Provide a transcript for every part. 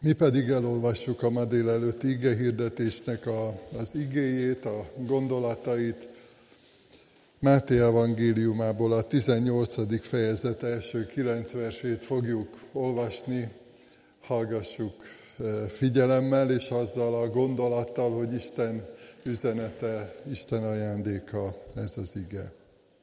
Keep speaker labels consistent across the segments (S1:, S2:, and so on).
S1: Mi pedig elolvassuk a ma délelőtti igehirdetésnek az igéjét, a gondolatait. Máté evangéliumából a 18. fejezet első 9 versét fogjuk olvasni. Hallgassuk figyelemmel, és azzal a gondolattal, hogy Isten üzenete, Isten ajándéka ez az ige.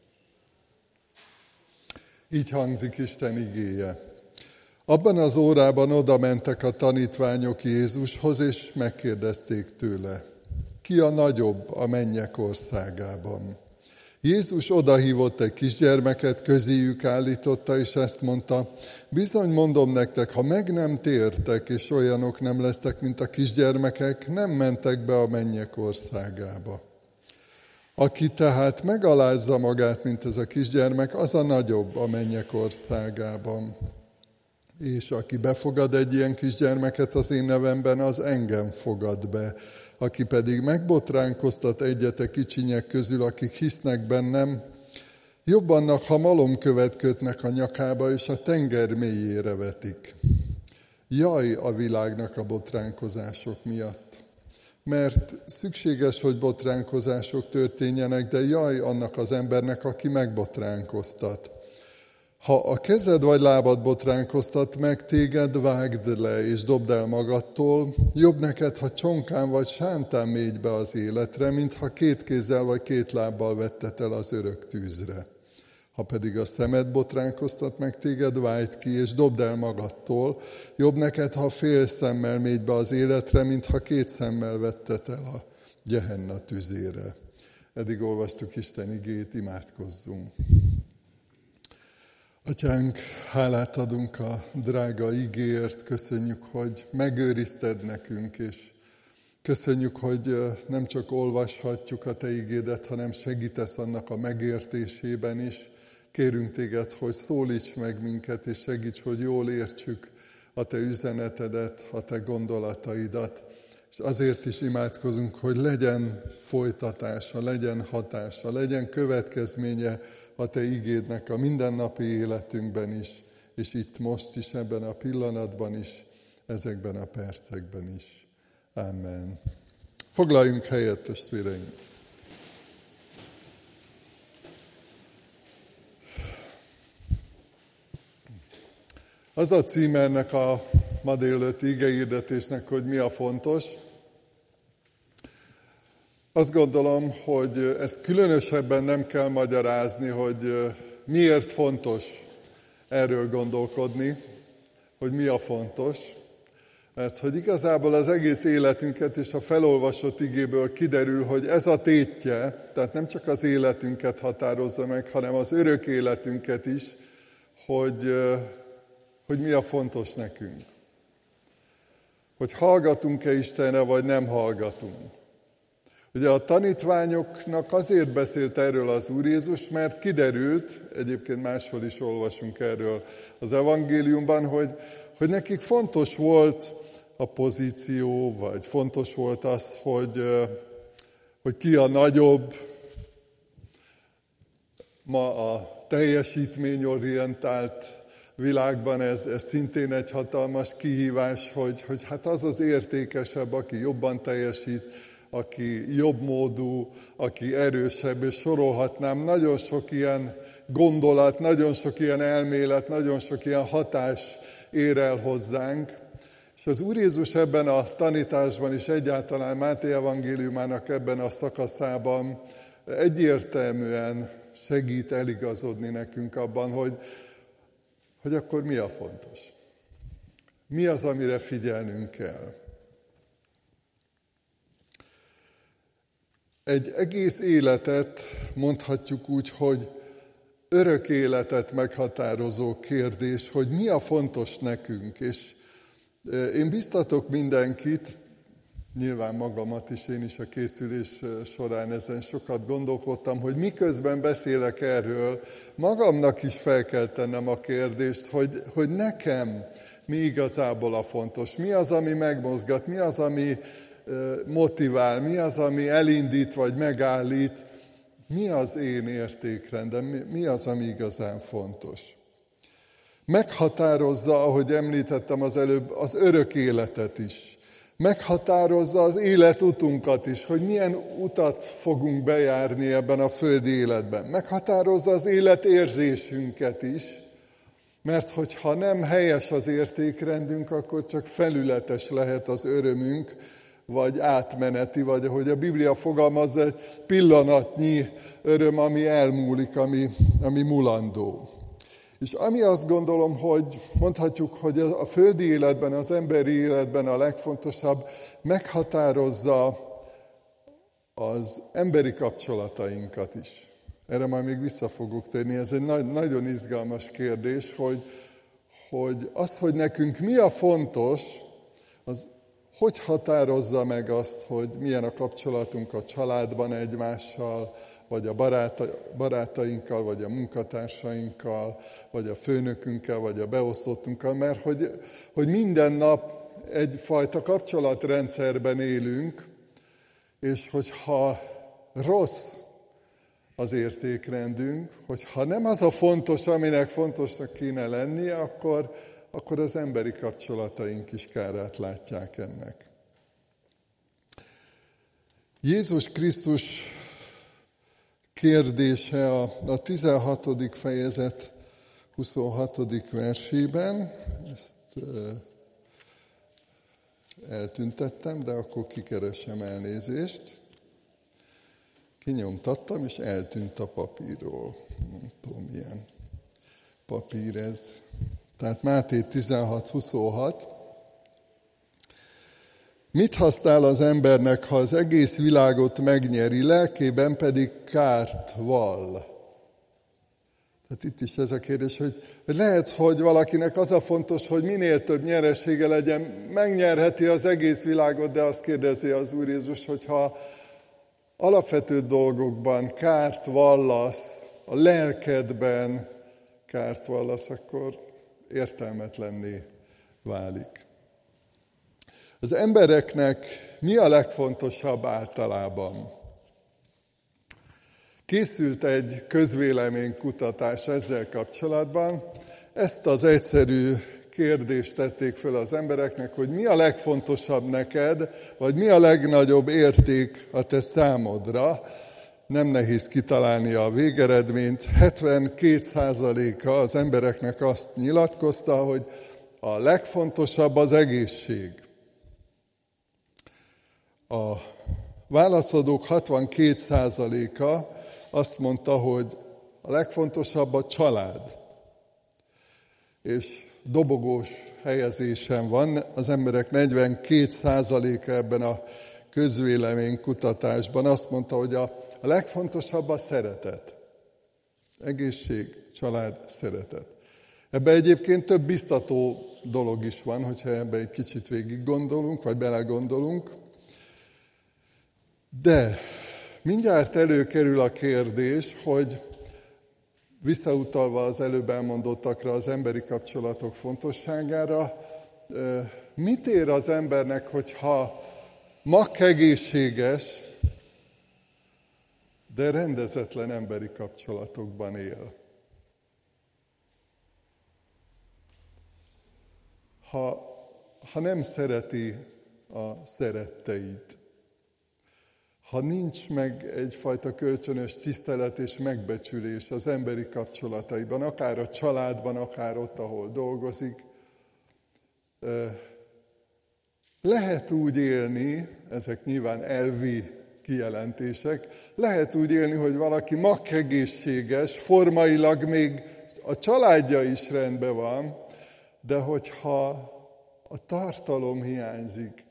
S1: Így hangzik Isten igéje. Abban az órában oda mentek a tanítványok Jézushoz, és megkérdezték tőle, ki a nagyobb a mennyek országában? Jézus odahívott egy kisgyermeket, közéjük állította, és ezt mondta, bizony mondom nektek, ha meg nem tértek, és olyanok nem lesztek, mint a kisgyermekek, nem mentek be a mennyek országába. Aki tehát megalázza magát, mint ez a kisgyermek, az a nagyobb a mennyek országában. És aki befogad egy ilyen kisgyermeket az én nevemben, az engem fogad be. Aki pedig megbotránkoztat egyet a kicsinyek közül, akik hisznek bennem, jobb annak, ha malomkövet kötnek a nyakába, és a tenger mélyére vetik. Jaj a világnak a botránkozások miatt. Mert szükséges, hogy botránkozások történjenek, de jaj annak az embernek, aki megbotránkoztat. Ha a kezed vagy lábad botránkoztat meg, téged vágd le és dobd el magadtól, jobb neked, ha csonkán vagy sántán mégy be az életre, mint ha 2 kézzel vagy 2 lábbal vetted el az örök tűzre. Ha pedig a szemed botránkoztat meg, téged vágd ki és dobd el magadtól, jobb neked, ha fél szemmel mégy be az életre, mint ha 2 szemmel vetted el a Gehenna tüzére. Eddig olvastuk Isten igét, imádkozzunk. Atyánk, hálát adunk a drága igéért, köszönjük, hogy megőrizted nekünk, és köszönjük, hogy nem csak olvashatjuk a te igédet, hanem segítesz annak a megértésében is. Kérünk téged, hogy szólíts meg minket, és segíts, hogy jól értsük a te üzenetedet, a te gondolataidat. És azért is imádkozunk, hogy legyen folytatása, legyen hatása, legyen következménye a te igédnek a mindennapi életünkben is, és itt most is, ebben a pillanatban is, ezekben a percekben is. Amen. Foglaljunk helyet, testvéreim! Az a címe ennek a ma délelőtti igehirdetésnek, hogy mi a fontos. Azt gondolom, hogy ezt különösebben nem kell magyarázni, hogy miért fontos erről gondolkodni, hogy mi a fontos. Mert hogy igazából az egész életünket és a felolvasott igéből kiderül, hogy ez a tétje, tehát nem csak az életünket határozza meg, hanem az örök életünket is, hogy mi a fontos nekünk. Hogy hallgatunk-e Istenre, vagy nem hallgatunk. Ugye a tanítványoknak azért beszélt erről az Úr Jézus, mert kiderült, egyébként máshol is olvasunk erről az evangéliumban, hogy nekik fontos volt a pozíció, vagy fontos volt az, hogy ki a nagyobb. Ma a teljesítményorientált világban ez szintén egy hatalmas kihívás, hogy hát az az értékesebb, aki jobban teljesít, aki jobb módú, aki erősebb, és sorolhatnám, nagyon sok ilyen gondolat, nagyon sok ilyen elmélet, nagyon sok ilyen hatás ér el hozzánk. És az Úr Jézus ebben a tanításban is egyáltalán Máté evangéliumának ebben a szakaszában egyértelműen segít eligazodni nekünk abban, hogy akkor mi a fontos. Mi az, amire figyelnünk kell. Egy egész életet, mondhatjuk úgy, hogy örök életet meghatározó kérdés, hogy mi a fontos nekünk. És én biztatok mindenkit, nyilván magamat is, én is a készülés során ezen sokat gondolkodtam, hogy miközben beszélek erről, magamnak is fel kell tennem a kérdést, hogy nekem mi igazából a fontos. Mi az, ami megmozgat, mi az, ami motivál, mi az, ami elindít vagy megállít, mi az én értékrendem, mi az, ami igazán fontos. Meghatározza, ahogy említettem az előbb, az örök életet is. Meghatározza az életutunkat is, hogy milyen utat fogunk bejárni ebben a földi életben. Meghatározza az életérzésünket is, mert hogyha nem helyes az értékrendünk, akkor csak felületes lehet az örömünk, vagy átmeneti, vagy ahogy a Biblia fogalmazza, egy pillanatnyi öröm, ami elmúlik, ami mulandó. És ami azt gondolom, hogy mondhatjuk, hogy a földi életben, az emberi életben a legfontosabb, meghatározza az emberi kapcsolatainkat is. Erre majd még vissza fogok térni. Ez egy nagyon izgalmas kérdés, hogy az, hogy nekünk mi a fontos, az hogy határozza meg azt, hogy milyen a kapcsolatunk a családban egymással, vagy a barátainkkal, vagy a munkatársainkkal, vagy a főnökünkkel, vagy a beosztottunkkal, mert hogy minden nap egyfajta kapcsolatrendszerben élünk, és hogyha rossz az értékrendünk, hogyha nem az a fontos, aminek fontosnak kéne lennie, akkor az emberi kapcsolataink is kárát látják ennek. Jézus Krisztus kérdése a 16. fejezet 26. versében, ezt eltüntettem, de akkor kikeresem, elnézést. Kinyomtattam, és eltűnt a papírról. Nem tudom, milyen papír ez. Tehát Máté 16:26. Mit használ az embernek, ha az egész világot megnyeri, lelkében pedig kárt vall? Tehát itt is ez a kérdés, hogy lehet, hogy valakinek az a fontos, hogy minél több nyeresége legyen, megnyerheti az egész világot, de azt kérdezi az Úr Jézus, hogyha alapvető dolgokban kárt vallasz, a lelkedben kárt vallasz, akkor értelmetlenné válik. Az embereknek mi a legfontosabb általában? Készült egy közvéleménykutatás ezzel kapcsolatban. Ezt az egyszerű kérdést tették föl az embereknek, hogy mi a legfontosabb neked, vagy mi a legnagyobb érték a te számodra. Nem nehéz kitalálni a végeredményt. 72%-a az embereknek azt nyilatkozta, hogy a legfontosabb az egészség. A válaszadók 62%-a azt mondta, hogy a legfontosabb a család. És dobogós helyezésen van, az emberek 42%-a ebben a közvéleménykutatásban azt mondta, hogy a legfontosabb a szeretet. Egészség, család, szeretet. Ebben egyébként több biztató dolog is van, hogyha ebben egy kicsit végig gondolunk, vagy belegondolunk. De mindjárt előkerül a kérdés, hogy visszautalva az előbb elmondottakra, az emberi kapcsolatok fontosságára, mit ér az embernek, hogyha makkegészséges, de rendezetlen emberi kapcsolatokban él? Ha nem szereti a szeretteit, ha nincs meg egyfajta kölcsönös tisztelet és megbecsülés az emberi kapcsolataiban, akár a családban, akár ott, ahol dolgozik, lehet úgy élni, ezek nyilván elvi kijelentések, lehet úgy élni, hogy valaki makkegészséges, formailag még a családja is rendben van, de hogyha a tartalom hiányzik,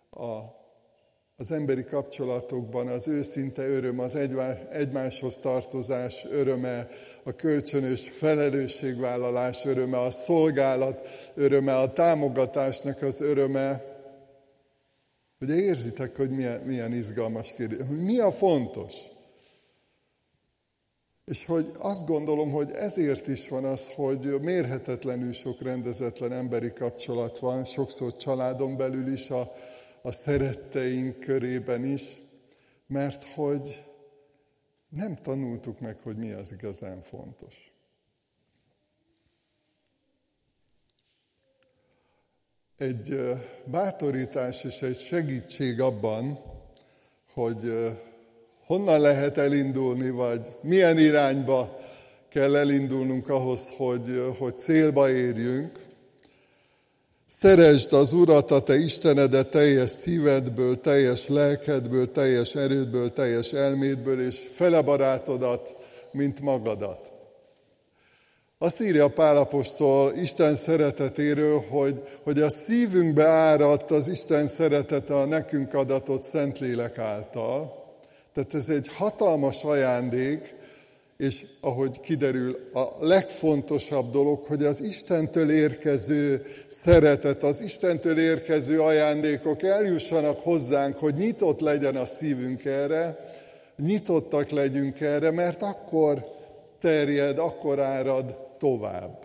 S1: az emberi kapcsolatokban az őszinte öröm, az egymáshoz tartozás öröme, a kölcsönös felelősségvállalás öröme, a szolgálat öröme, a támogatásnak az öröme. Ugye érzitek, hogy milyen izgalmas kérdés, hogy mi a fontos? És hogy azt gondolom, hogy ezért is van az, hogy mérhetetlenül sok rendezetlen emberi kapcsolat van, sokszor családon belül is, a szeretteink körében is, mert hogy nem tanultuk meg, hogy mi az igazán fontos. egy bátorítás és egy segítség abban, hogy honnan lehet elindulni, vagy milyen irányba kell elindulnunk ahhoz, hogy célba érjünk. Szeresd az Urat, a te Istenedet teljes szívedből, teljes lelkedből, teljes erődből, teljes elmédből, és fele barátodat, mint magadat. Azt írja Pál apostol Isten szeretetéről, hogy a szívünkbe áradt az Isten szeretete a nekünk adatott Szentlélek által. Tehát ez egy hatalmas ajándék, és ahogy kiderül, a legfontosabb dolog, hogy az Istentől érkező szeretet, az Istentől érkező ajándékok eljussanak hozzánk, hogy nyitott legyen a szívünk erre, nyitottak legyünk erre, mert akkor terjed, akkor árad tovább.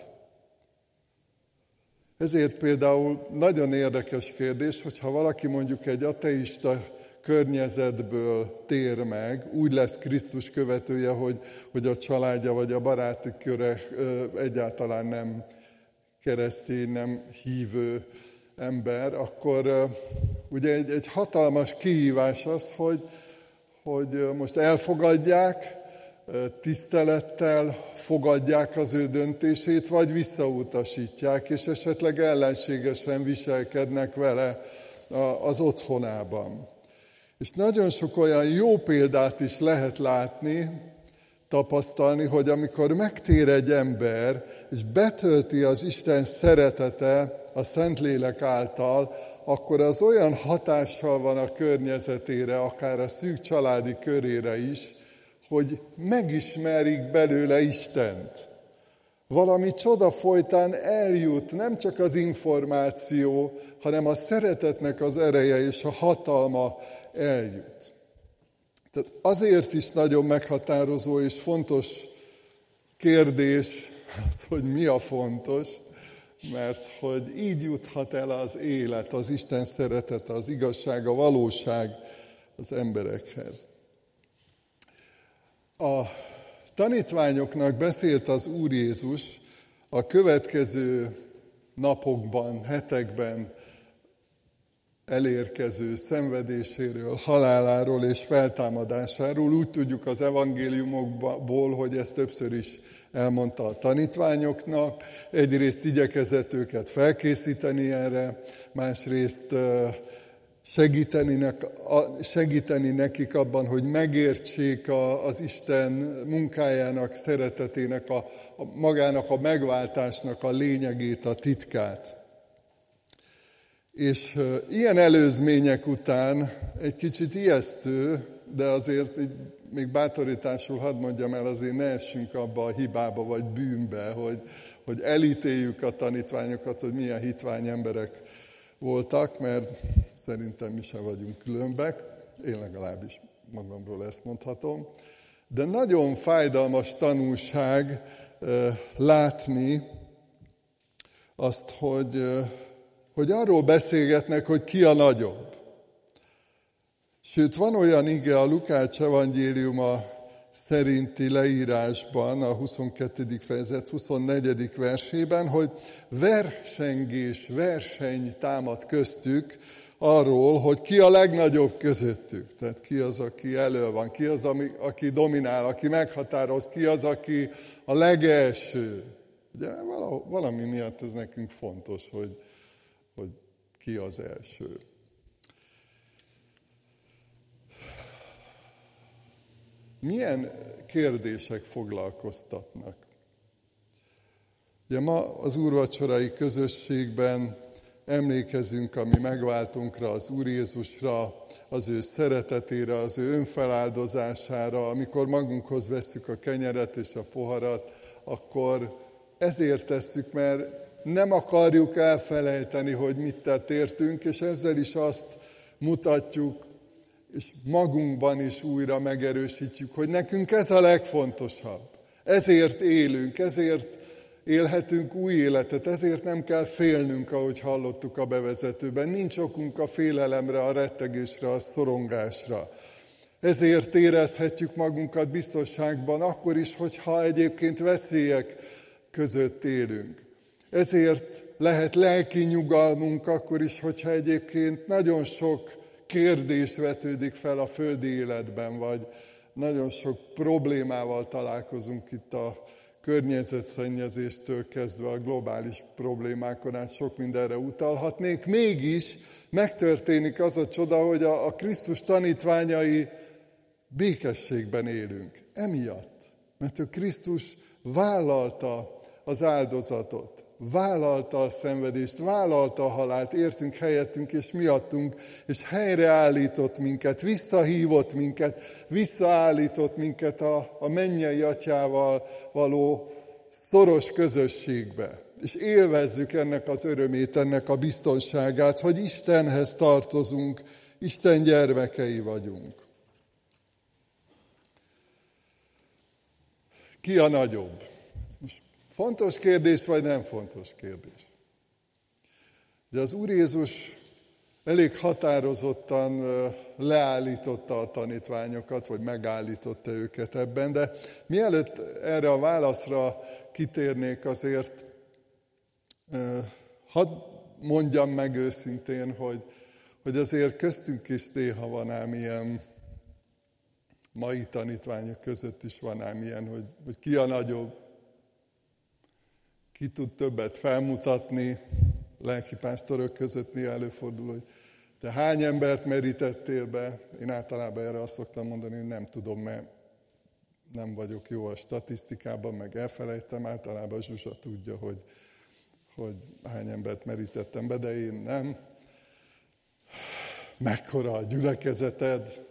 S1: Ezért például nagyon érdekes kérdés, hogyha valaki mondjuk egy ateista környezetből tér meg, úgy lesz Krisztus követője, hogy a családja vagy a baráti köre egyáltalán nem keresztény, nem hívő ember, akkor ugye egy hatalmas kihívás az, hogy most elfogadják, tisztelettel fogadják az ő döntését, vagy visszautasítják, és esetleg ellenségesen viselkednek vele az otthonában. És nagyon sok olyan jó példát is lehet látni, tapasztalni, hogy amikor megtér egy ember, és betölti az Isten szeretete a Szentlélek által, akkor az olyan hatással van a környezetére, akár a szűk családi körére is, hogy megismerik belőle Istent. Valami csoda folytán eljut, nem csak az információ, hanem a szeretetnek az ereje és a hatalma eljut. Tehát azért is nagyon meghatározó és fontos kérdés az, hogy mi a fontos, mert hogy így juthat el az élet, az Isten szeretete, az igazság, a valóság az emberekhez. A tanítványoknak beszélt az Úr Jézus a következő napokban, hetekben elérkező szenvedéséről, haláláról és feltámadásáról. Úgy tudjuk az evangéliumokból, hogy ezt többször is elmondta a tanítványoknak. Egyrészt igyekezett őket felkészíteni erre, másrészt segíteni nekik abban, hogy megértsék az Isten munkájának, szeretetének, magának a megváltásnak a lényegét, a titkát. És ilyen előzmények után egy kicsit ijesztő, de azért még bátorításul hadd mondjam el, azért ne essünk abba a hibába vagy bűnbe, hogy elítéljük a tanítványokat, hogy milyen hitvány emberek voltak, mert szerintem mi sem vagyunk különbek, én legalábbis magamról ezt mondhatom. De nagyon fájdalmas tanulság látni azt, hogy arról beszélgetnek, hogy ki a nagyobb. Sőt, van olyan ige a Lukács evangéliuma szerinti leírásban, a 22. fejezet 24. versében, hogy verseny támad köztük arról, hogy ki a legnagyobb közöttük. Tehát ki az, aki elő van, ki az, aki dominál, aki meghatároz, ki az, aki a legelső. Ugye valami miatt ez nekünk fontos, hogy ki az első. Milyen kérdések foglalkoztatnak? Ugye ma az úrvacsorai közösségben emlékezünk a mi megváltunkra, az Úr Jézusra, az ő szeretetére, az ő önfeláldozására. Amikor magunkhoz vesszük a kenyeret és a poharat, akkor ezért tesszük, mert nem akarjuk elfelejteni, hogy mit tett értünk, és ezzel is azt mutatjuk, és magunkban is újra megerősítjük, hogy nekünk ez a legfontosabb. Ezért élünk, ezért élhetünk új életet, ezért nem kell félnünk, ahogy hallottuk a bevezetőben. Nincs okunk a félelemre, a rettegésre, a szorongásra. Ezért érezhetjük magunkat biztonságban, akkor is, hogyha egyébként veszélyek között élünk. Ezért lehet lelki nyugalmunk akkor is, hogyha egyébként nagyon sok kérdés vetődik fel a földi életben, vagy nagyon sok problémával találkozunk itt a környezetszennyezéstől kezdve a globális problémákon át sok mindenre utalhatnék. Mégis megtörténik az a csoda, hogy a Krisztus tanítványai békességben élünk. Emiatt, mert ő Krisztus vállalta az áldozatot, vállalta a szenvedést, vállalta a halált, értünk helyettünk és miattunk, és helyreállított minket, visszahívott minket, visszaállított minket a mennyei atyával való szoros közösségbe. És élvezzük ennek az örömét, ennek a biztonságát, hogy Istenhez tartozunk, Isten gyermekei vagyunk. Ki a nagyobb? Ez most fontos kérdés, vagy nem fontos kérdés? De az Úr Jézus elég határozottan leállította a tanítványokat, vagy megállította őket ebben, de mielőtt erre a válaszra kitérnék, azért hadd mondjam meg őszintén, hogy azért köztünk is néha van ám ilyen, mai tanítványok között is van ám ilyen, hogy ki a nagyobb, ki tud többet felmutatni. Lelkipásztorok között néha előfordul, hogy te hány embert merítettél be? Én általában erre azt szoktam mondani, hogy nem tudom, mert nem vagyok jó a statisztikában, meg elfelejtem. Általában Zsuzsa tudja, hogy hány embert merítettem be, de én nem. Mekkora a gyülekezeted?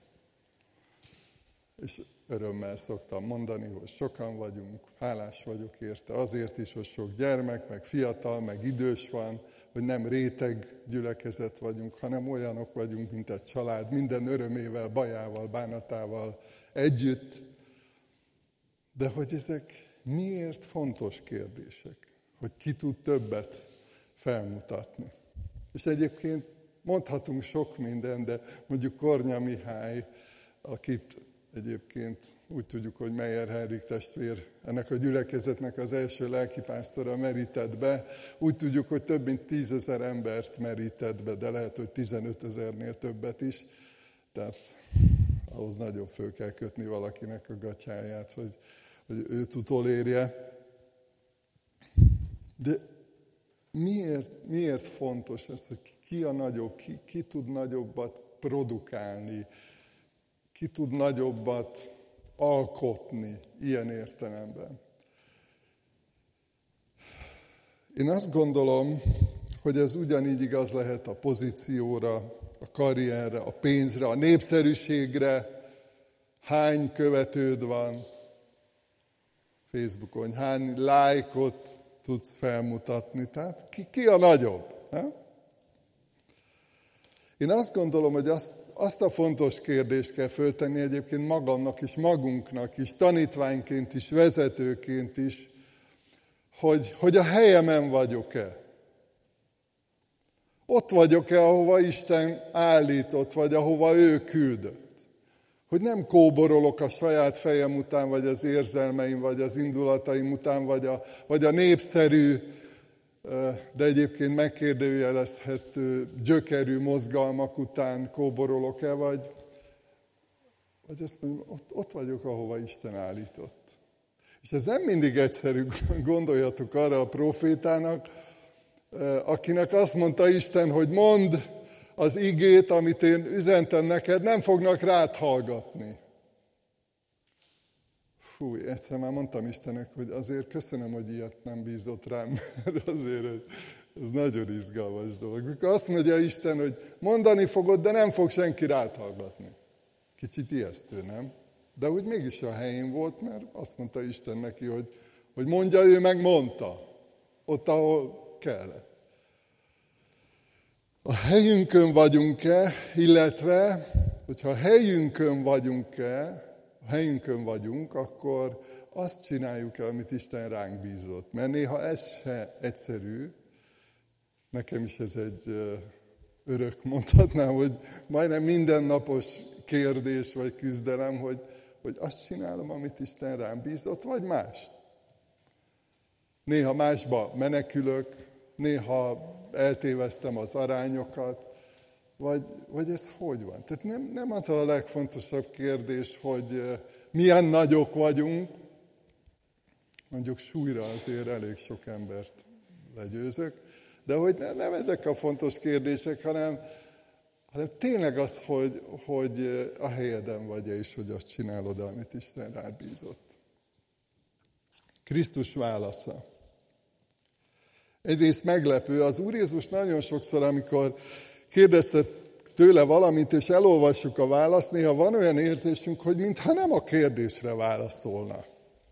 S1: És örömmel szoktam mondani, hogy sokan vagyunk, hálás vagyok érte. Azért is, hogy sok gyermek, meg fiatal, meg idős van, hogy nem réteg gyülekezet vagyunk, hanem olyanok vagyunk, mint egy család, minden örömével, bajával, bánatával együtt. De hogy ezek miért fontos kérdések? Hogy ki tud többet felmutatni. És egyébként mondhatunk sok minden, de mondjuk Kornya Mihály, akit egyébként úgy tudjuk, hogy Meyer Henrik testvér, ennek a gyülekezetnek az első lelkipásztora merített be. Úgy tudjuk, hogy több mint 10 000 embert merített be, de lehet, hogy 15 000-nél többet is. Tehát ahhoz nagyon föl kell kötni valakinek a gatyáját, hogy őt utolérje. De miért fontos ez, hogy ki a nagyobb, ki tud nagyobbat produkálni, ki tud nagyobbat alkotni ilyen értelemben? Én azt gondolom, hogy ez ugyanígy igaz lehet a pozícióra, a karrierre, a pénzre, a népszerűségre. Hány követőd van Facebookon, hány lájkot tudsz felmutatni. Tehát ki a nagyobb? Nem? Én azt gondolom, hogy azt a fontos kérdést kell föltenni egyébként magamnak és magunknak is, tanítványként is, vezetőként is, hogy a helyemen vagyok-e? Ott vagyok-e, ahova Isten állított, vagy ahova ő küldött? Hogy nem kóborolok a saját fejem után, vagy az érzelmeim, vagy az indulataim után, vagy a népszerű, de egyébként megkérdőjelezhető, gyökerű mozgalmak után kóborolok-e, vagy azt mondom, ott vagyok, ahova Isten állított. És ez nem mindig egyszerű, gondoljatok arra a profétának, akinek azt mondta Isten, hogy mondd az igét, amit én üzentem neked, nem fognak rád hallgatni. Fúj, egyszer már mondtam Istennek, hogy azért köszönöm, hogy ilyet nem bízott rám, mert azért ez nagyon izgalmas dolog. Mikor azt mondja Isten, hogy mondani fogod, de nem fog senki rád hallgatni. Kicsit ijesztő, nem? De úgy mégis a helyén volt, mert azt mondta Isten neki, hogy mondja, ő meg mondta. Ott, ahol kellett. A helyünkön vagyunk-e, illetve, hogyha a helyünkön vagyunk, akkor azt csináljuk el, amit Isten ránk bízott. Mert néha ez se egyszerű. Nekem is ez egy örök, mondhatnám, hogy majdnem mindennapos kérdés vagy küzdelem, hogy azt csinálom, amit Isten rám bízott, vagy mást. néha másba menekülök, néha eltéveztem az arányokat, vagy ez hogy van? Tehát nem az a legfontosabb kérdés, hogy milyen nagyok vagyunk, mondjuk súlyra azért elég sok embert legyőzök, de hogy nem ezek a fontos kérdések, hanem tényleg az, hogy a helyeden vagy-e, és hogy azt csinálod, amit Isten rád bízott. Krisztus válasza. Egyrészt meglepő, az Úr Jézus nagyon sokszor, amikor kérdezte tőle valamit, és elolvassuk a választ, néha van olyan érzésünk, hogy mintha nem a kérdésre válaszolna.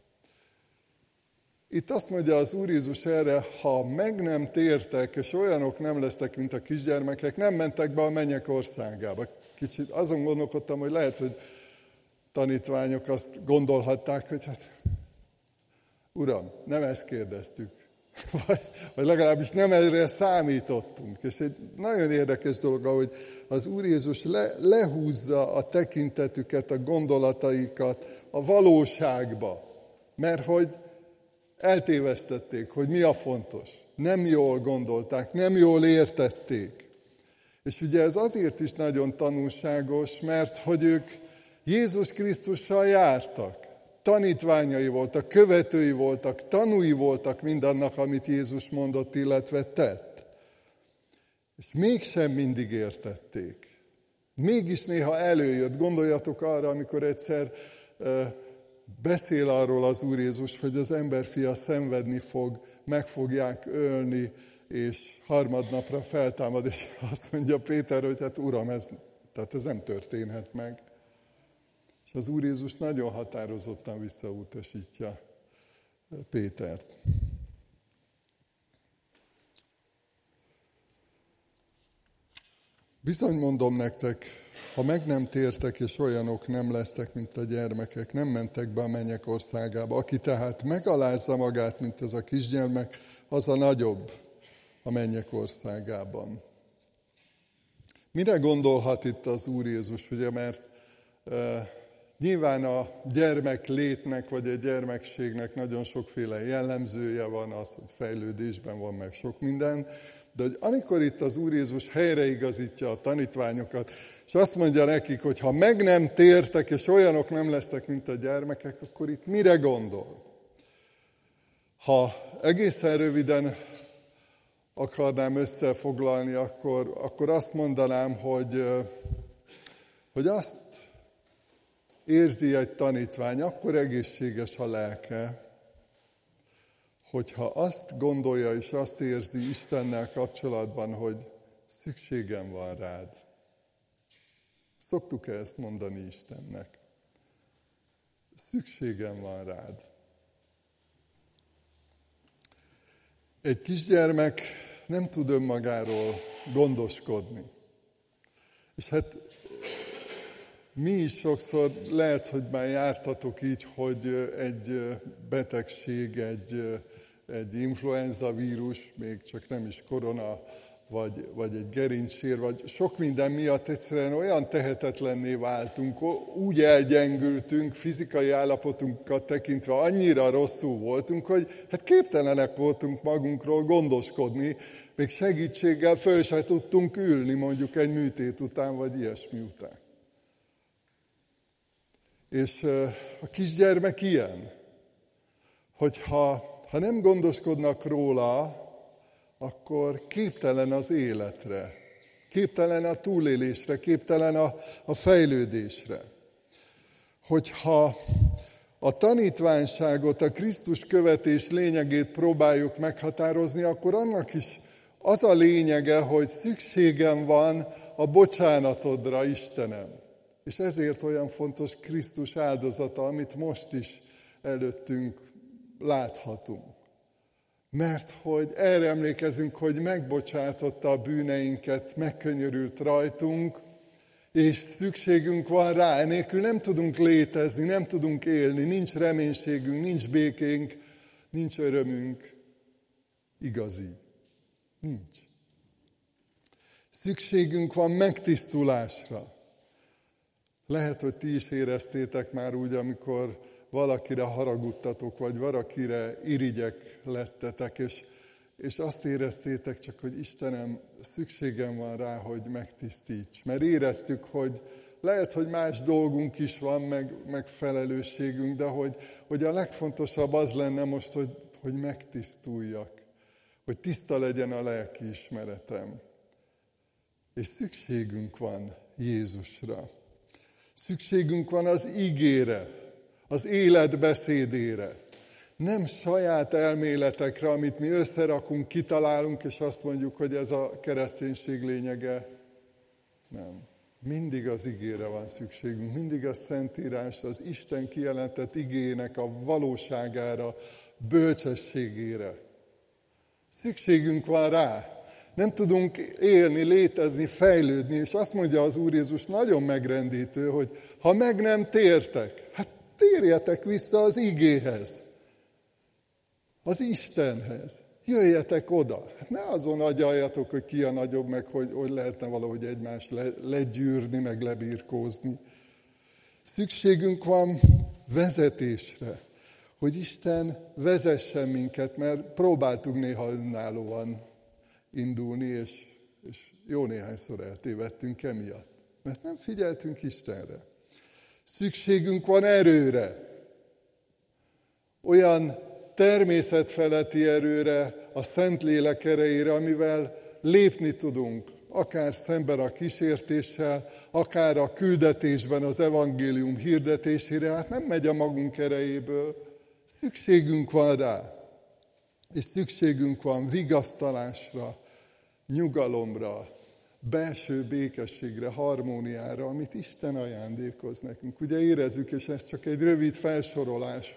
S1: Itt azt mondja az Úr Jézus erre, ha meg nem tértek, és olyanok nem lesznek, mint a kisgyermekek, nem mentek be a mennyek országába. Kicsit azon gondolkodtam, hogy lehet, hogy tanítványok azt gondolhatták, hogy hát, Uram, nem ezt kérdeztük. Vagy legalábbis nem erre számítottunk. És egy nagyon érdekes dolog, hogy az Úr Jézus lehúzza a tekintetüket, a gondolataikat a valóságba. Mert hogy eltévesztették, hogy mi a fontos. Nem jól gondolták, nem jól értették. És ugye ez azért is nagyon tanulságos, mert hogy ők Jézus Krisztussal jártak. Tanítványai voltak, követői voltak, tanúi voltak mindannak, amit Jézus mondott, illetve tett. És mégsem mindig értették. Mégis néha előjött. Gondoljatok arra, amikor egyszer beszél arról az Úr Jézus, hogy az emberfia szenvedni fog, meg fogják ölni, és harmadnapra feltámad, és azt mondja Péter, hogy hát Uram, ez nem történhet meg. És az Úr Jézus nagyon határozottan visszautasítja Pétert. Bizony mondom nektek, ha meg nem tértek, és olyanok nem lesztek, mint a gyermekek, nem mentek be a mennyek országába. Aki tehát megalázza magát, mint ez a kisgyermek, az a nagyobb a mennyek országában. Mire gondolhat itt az Úr Jézus, ugye, mert nyilván a gyermek létnek, vagy a gyermekségnek nagyon sokféle jellemzője van, az, hogy fejlődésben van meg sok minden, de hogy amikor itt az Úr Jézus helyreigazítja a tanítványokat, és azt mondja nekik, hogy ha meg nem tértek, és olyanok nem lesznek, mint a gyermekek, akkor itt mire gondol? Ha egészen röviden akarnám összefoglalni, akkor azt mondanám, hogy azt érzi egy tanítvány, akkor egészséges a lelke, hogyha azt gondolja és azt érzi Istennel kapcsolatban, hogy szükségem van rád. Szoktuk ezt mondani Istennek? Szükségem van rád. Egy kisgyermek nem tud önmagáról gondoskodni. És hát mi is sokszor lehet, hogy már jártatok így, hogy egy betegség, egy influenza vírus, még csak nem is korona, vagy egy gerincsér, vagy sok minden miatt egyszerűen olyan tehetetlenné váltunk, úgy elgyengültünk, fizikai állapotunkat tekintve annyira rosszul voltunk, hogy hát képtelenek voltunk magunkról gondoskodni, még segítséggel föl se tudtunk ülni, mondjuk egy műtét után, vagy ilyesmi után. És a kisgyermek ilyen, hogyha nem gondoskodnak róla, akkor képtelen az életre, képtelen a túlélésre, képtelen a fejlődésre. Hogyha a tanítványságot, a Krisztus követés lényegét próbáljuk meghatározni, akkor annak is az a lényege, hogy szükségem van a bocsánatodra, Istenem. És ezért olyan fontos Krisztus áldozata, amit most is előttünk láthatunk. Mert hogy erre emlékezünk, hogy megbocsátotta a bűneinket, megkönyörült rajtunk, és szükségünk van rá. Enélkül nem tudunk létezni, nem tudunk élni, nincs reménységünk, nincs békénk, nincs örömünk. Igazi. Nincs. Szükségünk van megtisztulásra. Lehet, hogy ti is éreztétek már úgy, amikor valakire haragudtatok, vagy valakire irigyek lettetek, és azt éreztétek csak, hogy Istenem, szükségem van rá, hogy megtisztíts. Mert éreztük, hogy lehet, hogy más dolgunk is van, meg felelősségünk, de hogy a legfontosabb az lenne most, hogy megtisztuljak, hogy tiszta legyen a lelkiismeretem. És szükségünk van Jézusra. Szükségünk van az igére, az élet beszédére. Nem saját elméletekre, amit mi összerakunk, kitalálunk, és azt mondjuk, hogy ez a kereszténység lényege. Nem. Mindig az igére van szükségünk, mindig a Szentírás, az Isten kijelentett igének a valóságára, bölcsességére. Szükségünk van rá. Nem tudunk élni, létezni, fejlődni, és azt mondja az Úr Jézus nagyon megrendítő, hogy ha meg nem tértek, hát térjetek vissza az igéhez, az Istenhez. Jöjjetek oda. Hát ne azon agyaljatok, hogy ki a nagyobb, meg hogy lehetne valahogy egymást legyűrni, meg lebirkózni. Szükségünk van vezetésre, hogy Isten vezessen minket, mert próbáltuk néha önállóan indulni, és jó néhányszor eltévedtünk emiatt, mert nem figyeltünk Istenre. Szükségünk van erőre, olyan természetfeletti erőre, a Szentlélek erejére, amivel lépni tudunk, akár szemben a kísértéssel, akár a küldetésben az evangélium hirdetésére, hát nem megy a magunk erejéből, szükségünk van rá. És szükségünk van vigasztalásra, nyugalomra, belső békességre, harmóniára, amit Isten ajándékoz nekünk. Ugye érezzük, és ez csak egy rövid felsorolás,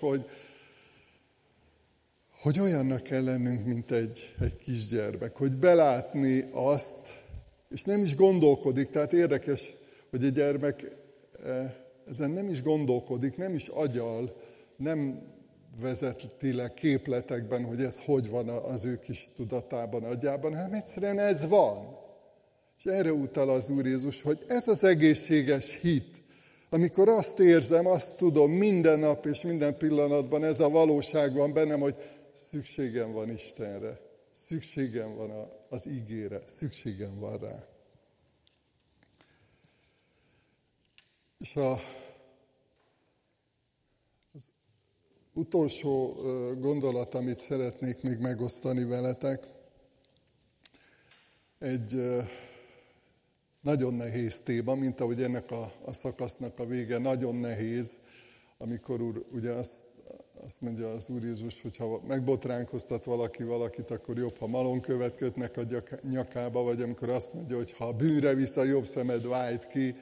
S1: hogy olyannak kell lennünk, mint egy kisgyermek, hogy belátni azt, és nem is gondolkodik, tehát érdekes, hogy egy gyermek ezen nem is gondolkodik, nem is agyal, nem vezeti le képletekben, hogy ez hogy van az ő kis tudatában, agyában, hanem egyszerűen ez van. És erre utal az Úr Jézus, hogy ez az egészséges hit, amikor azt érzem, azt tudom minden nap és minden pillanatban, ez a valóság van bennem, hogy szükségem van Istenre, szükségem van az igére, szükségem van rá. És az utolsó gondolat, amit szeretnék még megosztani veletek, egy nagyon nehéz téma, mint ahogy ennek a szakasznak a vége nagyon nehéz, amikor ugye azt mondja az Úr Jézus, hogy ha megbotránkoztat valakit, akkor jobb, ha malomkövet kötnek a nyakába, vagy amikor azt mondja, hogy ha bűnre visz a jobb szemed, vájt ki.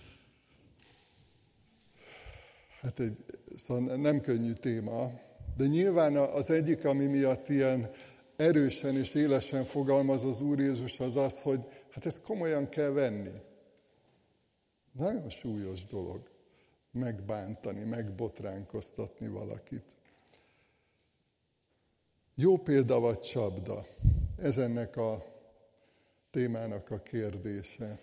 S1: Hát szóval nem könnyű téma, de nyilván az egyik, ami miatt ilyen erősen és élesen fogalmaz az Úr Jézus, az, hogy hát ezt komolyan kell venni. Nagyon súlyos dolog megbántani, megbotránkoztatni valakit. Jó példa vagy csapda? Ez ennek a témának a kérdése.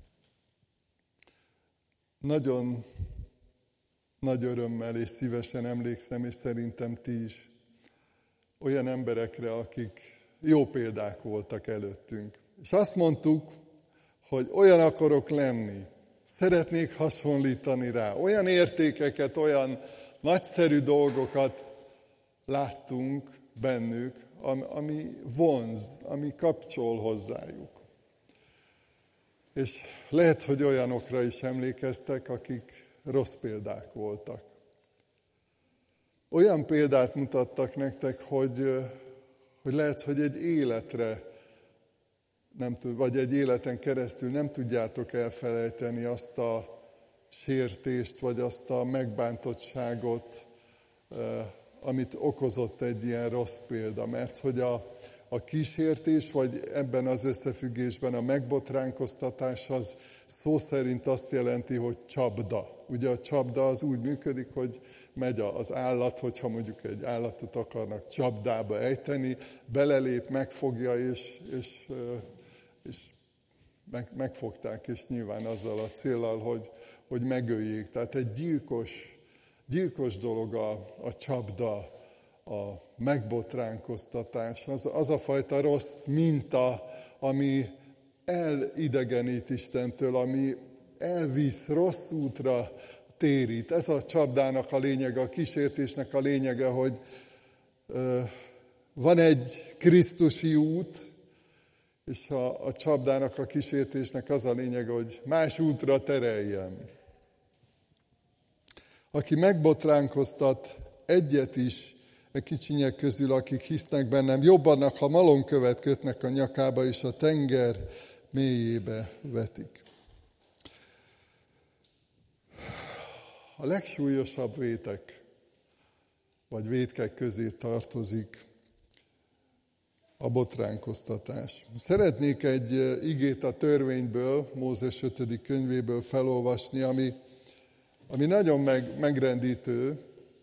S1: Nagyon nagy örömmel és szívesen emlékszem, és szerintem ti is, olyan emberekre, akik jó példák voltak előttünk. És azt mondtuk, hogy olyan akarok lenni, szeretnék hasonlítani rá. Olyan értékeket, olyan nagyszerű dolgokat láttunk bennük, ami vonz, ami kapcsol hozzájuk. És lehet, hogy olyanokra is emlékeztek, akik rossz példák voltak. Olyan példát mutattak nektek, hogy lehet, hogy egy életre, vagy egy életen keresztül nem tudjátok elfelejteni azt a sértést, vagy azt a megbántottságot, amit okozott egy ilyen rossz példa. Mert hogy a kísértés, vagy ebben az összefüggésben a megbotránkoztatás az szó szerint azt jelenti, hogy csapda. Ugye a csapda az úgy működik, hogy megy az állat, hogyha mondjuk egy állatot akarnak csapdába ejteni, belelép, megfogja, és megfogták, és nyilván azzal a céllal, hogy megöljék. Tehát egy Gyilkos dolog a csapda, a megbotránkoztatás, az a fajta rossz minta, ami elidegenít Istentől, ami elvisz, rossz útra térít. Ez a csapdának a lényege, a kísértésnek a lényege, hogy van egy krisztusi út, és a csapdának, a kísértésnek az a lényege, hogy más útra tereljem. Aki megbotránkoztat egyet is kicsinyek közül, akik hisznek bennem, jobb annak, ha malomkövet kötnek a nyakába, és a tenger mélyébe vetik. A legsúlyosabb vétek, vagy vétkek közé tartozik a botránkoztatás. Szeretnék egy igét a törvényből, Mózes 5. könyvéből felolvasni, ami nagyon megrendítő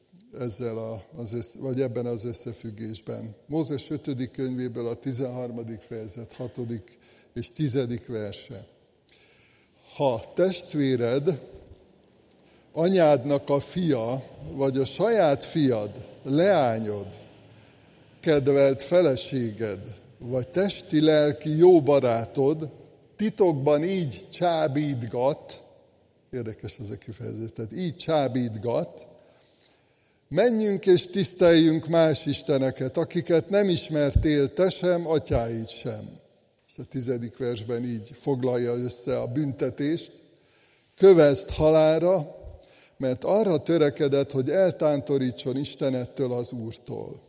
S1: vagy ebben az összefüggésben. Mózes 5. könyvéből a 13. fejezet 6. és 10. verse. Ha testvéred, anyádnak a fia, vagy a saját fiad, leányod, kedvelt feleséged, vagy testi-lelki jó barátod, titokban így csábítgat, érdekes ez a kifejezés, tehát így csábítgat, menjünk és tiszteljünk más isteneket, akiket nem ismertél te sem, atyáid sem. És a 10. versben így foglalja össze a büntetést. Kövesd halálra, mert arra törekedett, hogy eltántorítson Istenettől, az Úrtól.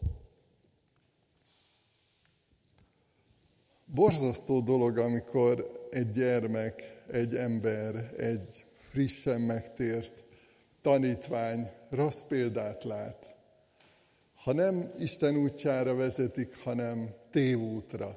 S1: Borzasztó dolog, amikor egy gyermek, egy ember, egy frissen megtért tanítvány rossz példát lát. Ha nem Isten útjára vezetik, hanem tévútra.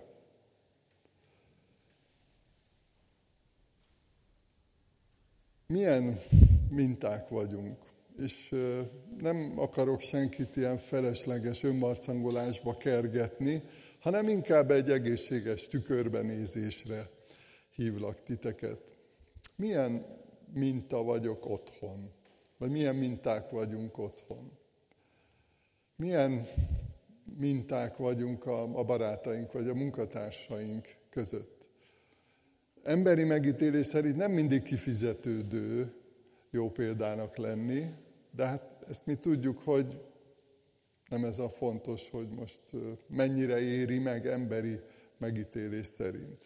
S1: Milyen minták vagyunk, és nem akarok senkit ilyen felesleges önmarcangolásba kergetni, hanem inkább egy egészséges tükörbenézésre hívlak titeket. Milyen minta vagyok otthon? Vagy milyen minták vagyunk otthon? Milyen minták vagyunk a barátaink, vagy a munkatársaink között? Emberi megítélés szerint nem mindig kifizetődő jó példának lenni, de hát ezt mi tudjuk, hogy nem ez a fontos, hogy most mennyire éri meg emberi megítélés szerint.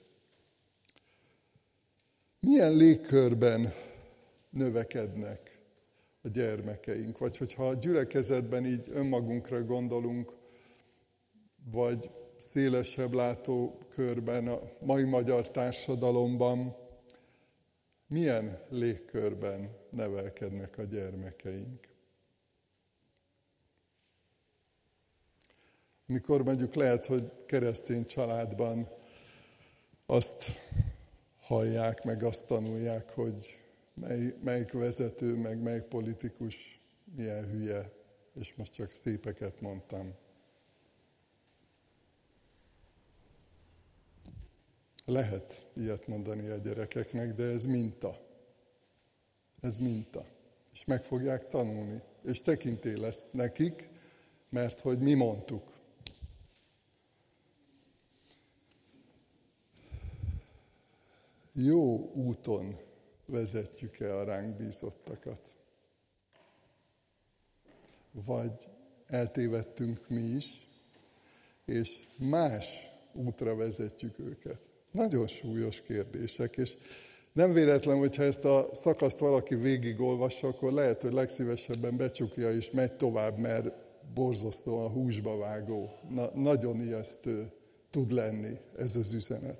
S1: Milyen légkörben növekednek a gyermekeink? Vagy hogyha a gyülekezetben így önmagunkra gondolunk, vagy szélesebb látókörben, a mai magyar társadalomban, milyen légkörben nevelkednek a gyermekeink? Amikor mondjuk lehet, hogy keresztény családban azt hallják, meg azt tanulják, hogy melyik vezető, meg melyik politikus milyen hülye, és most csak szépeket mondtam. Lehet ilyet mondani a gyerekeknek, de ez minta. Ez minta. És meg fogják tanulni. És tekintély lesz nekik, mert hogy mi mondtuk. Jó úton vezetjük-e a ránk bízottakat? Vagy eltévedtünk mi is, és más útra vezetjük őket? Nagyon súlyos kérdések, és nem véletlen, hogyha ezt a szakaszt valaki végigolvassa, akkor lehet, hogy legszívesebben becsukja és megy tovább, mert borzasztóan húsba vágó. Nagyon ijesztő tud lenni ez az üzenet.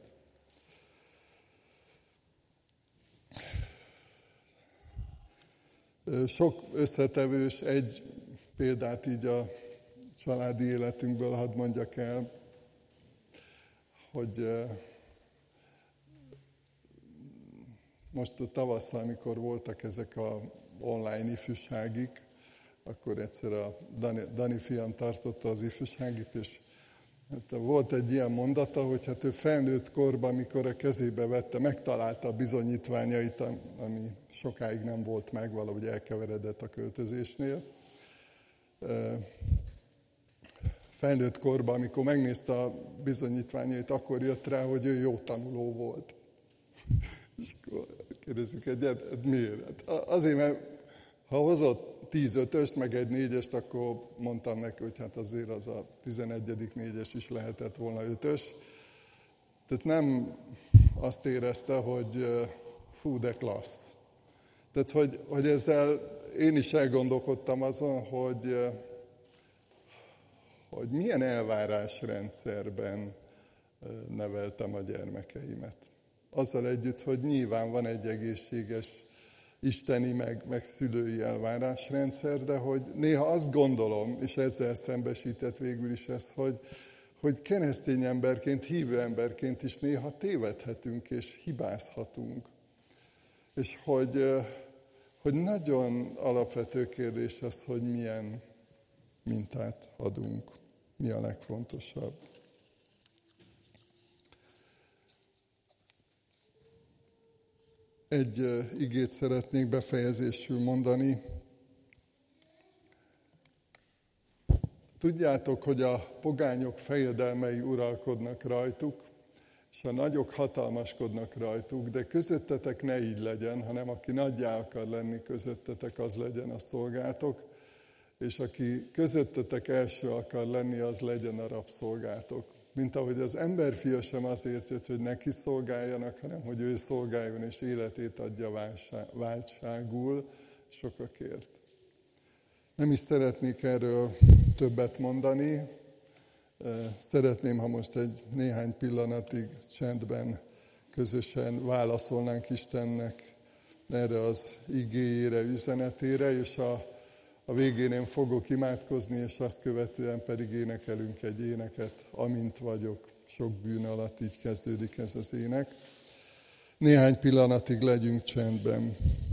S1: Sok összetevős, egy példát így a családi életünkből hadd mondjak el, hogy most a tavasszal, amikor voltak ezek a online ifjúságik, akkor egyszer a Dani fiam tartotta az ifjúságit, és Hát volt egy ilyen mondata, hogy hát ő felnőtt korban, amikor a kezébe vette, megtalálta a bizonyítványait, ami sokáig nem volt meg, valahogy elkeveredett a költözésnél. Felnőtt korban, amikor megnézte a bizonyítványait, akkor jött rá, hogy ő jó tanuló volt. És akkor kérdezzük egyet, miért? Hát azért, mert ha hozott 10-5-öst, meg egy 4-est, akkor mondtam neki, hogy hát azért az a 11. 4-es is lehetett volna 5-ös. Tehát nem azt érezte, hogy fú, de klassz. Tehát, hogy ezzel én is elgondolkodtam azon, hogy milyen elvárásrendszerben neveltem a gyermekeimet. Azzal együtt, hogy nyilván van egy egészséges isteni, meg szülői elvárásrendszer, de hogy néha azt gondolom, és ezzel szembesített végül is ez, hogy keresztény emberként, hívő emberként is néha tévedhetünk és hibázhatunk. És hogy nagyon alapvető kérdés az, hogy milyen mintát adunk. Mi a legfontosabb. Egy igét szeretnék befejezésül mondani. Tudjátok, hogy a pogányok fejedelmei uralkodnak rajtuk, és a nagyok hatalmaskodnak rajtuk, de közöttetek ne így legyen, hanem aki nagyjá akar lenni közöttetek, az legyen a szolgátok, és aki közöttetek első akar lenni, az legyen a rabszolgátok. Mint ahogy az emberfia sem azért jött, hogy neki szolgáljanak, hanem hogy ő szolgáljon és életét adja váltságul sokakért. Nem is szeretnék erről többet mondani. Szeretném, ha most egy néhány pillanatig csendben közösen válaszolnánk Istennek erre az igéjére, üzenetére, és a végén én fogok imádkozni, és azt követően pedig énekelünk egy éneket, amint vagyok, sok bűn alatt, így kezdődik ez az ének. Néhány pillanatig legyünk csendben.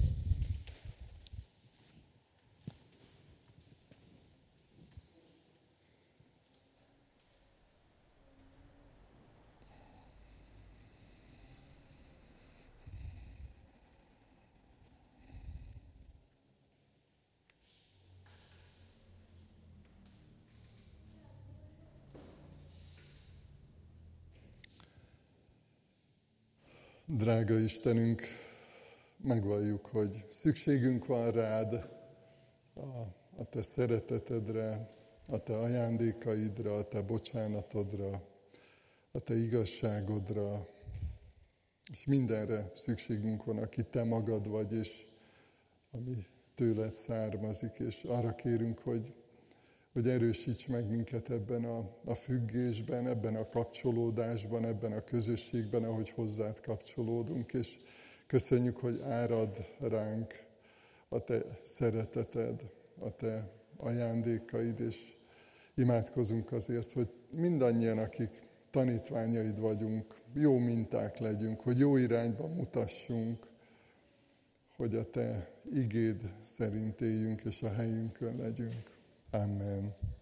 S1: Drága Istenünk, megvalljuk, hogy szükségünk van rád, a te szeretetedre, a te ajándékaidra, a te bocsánatodra, a te igazságodra, és mindenre szükségünk van, aki te magad vagy, és ami tőled származik, és arra kérünk, hogy erősíts meg minket ebben a függésben, ebben a kapcsolódásban, ebben a közösségben, ahogy hozzád kapcsolódunk, és köszönjük, hogy árad ránk a te szereteted, a te ajándékaid, és imádkozunk azért, hogy mindannyian, akik tanítványaid vagyunk, jó minták legyünk, hogy jó irányba mutassunk, hogy a te igéd szerint éljünk, és a helyünkön legyünk. Amen.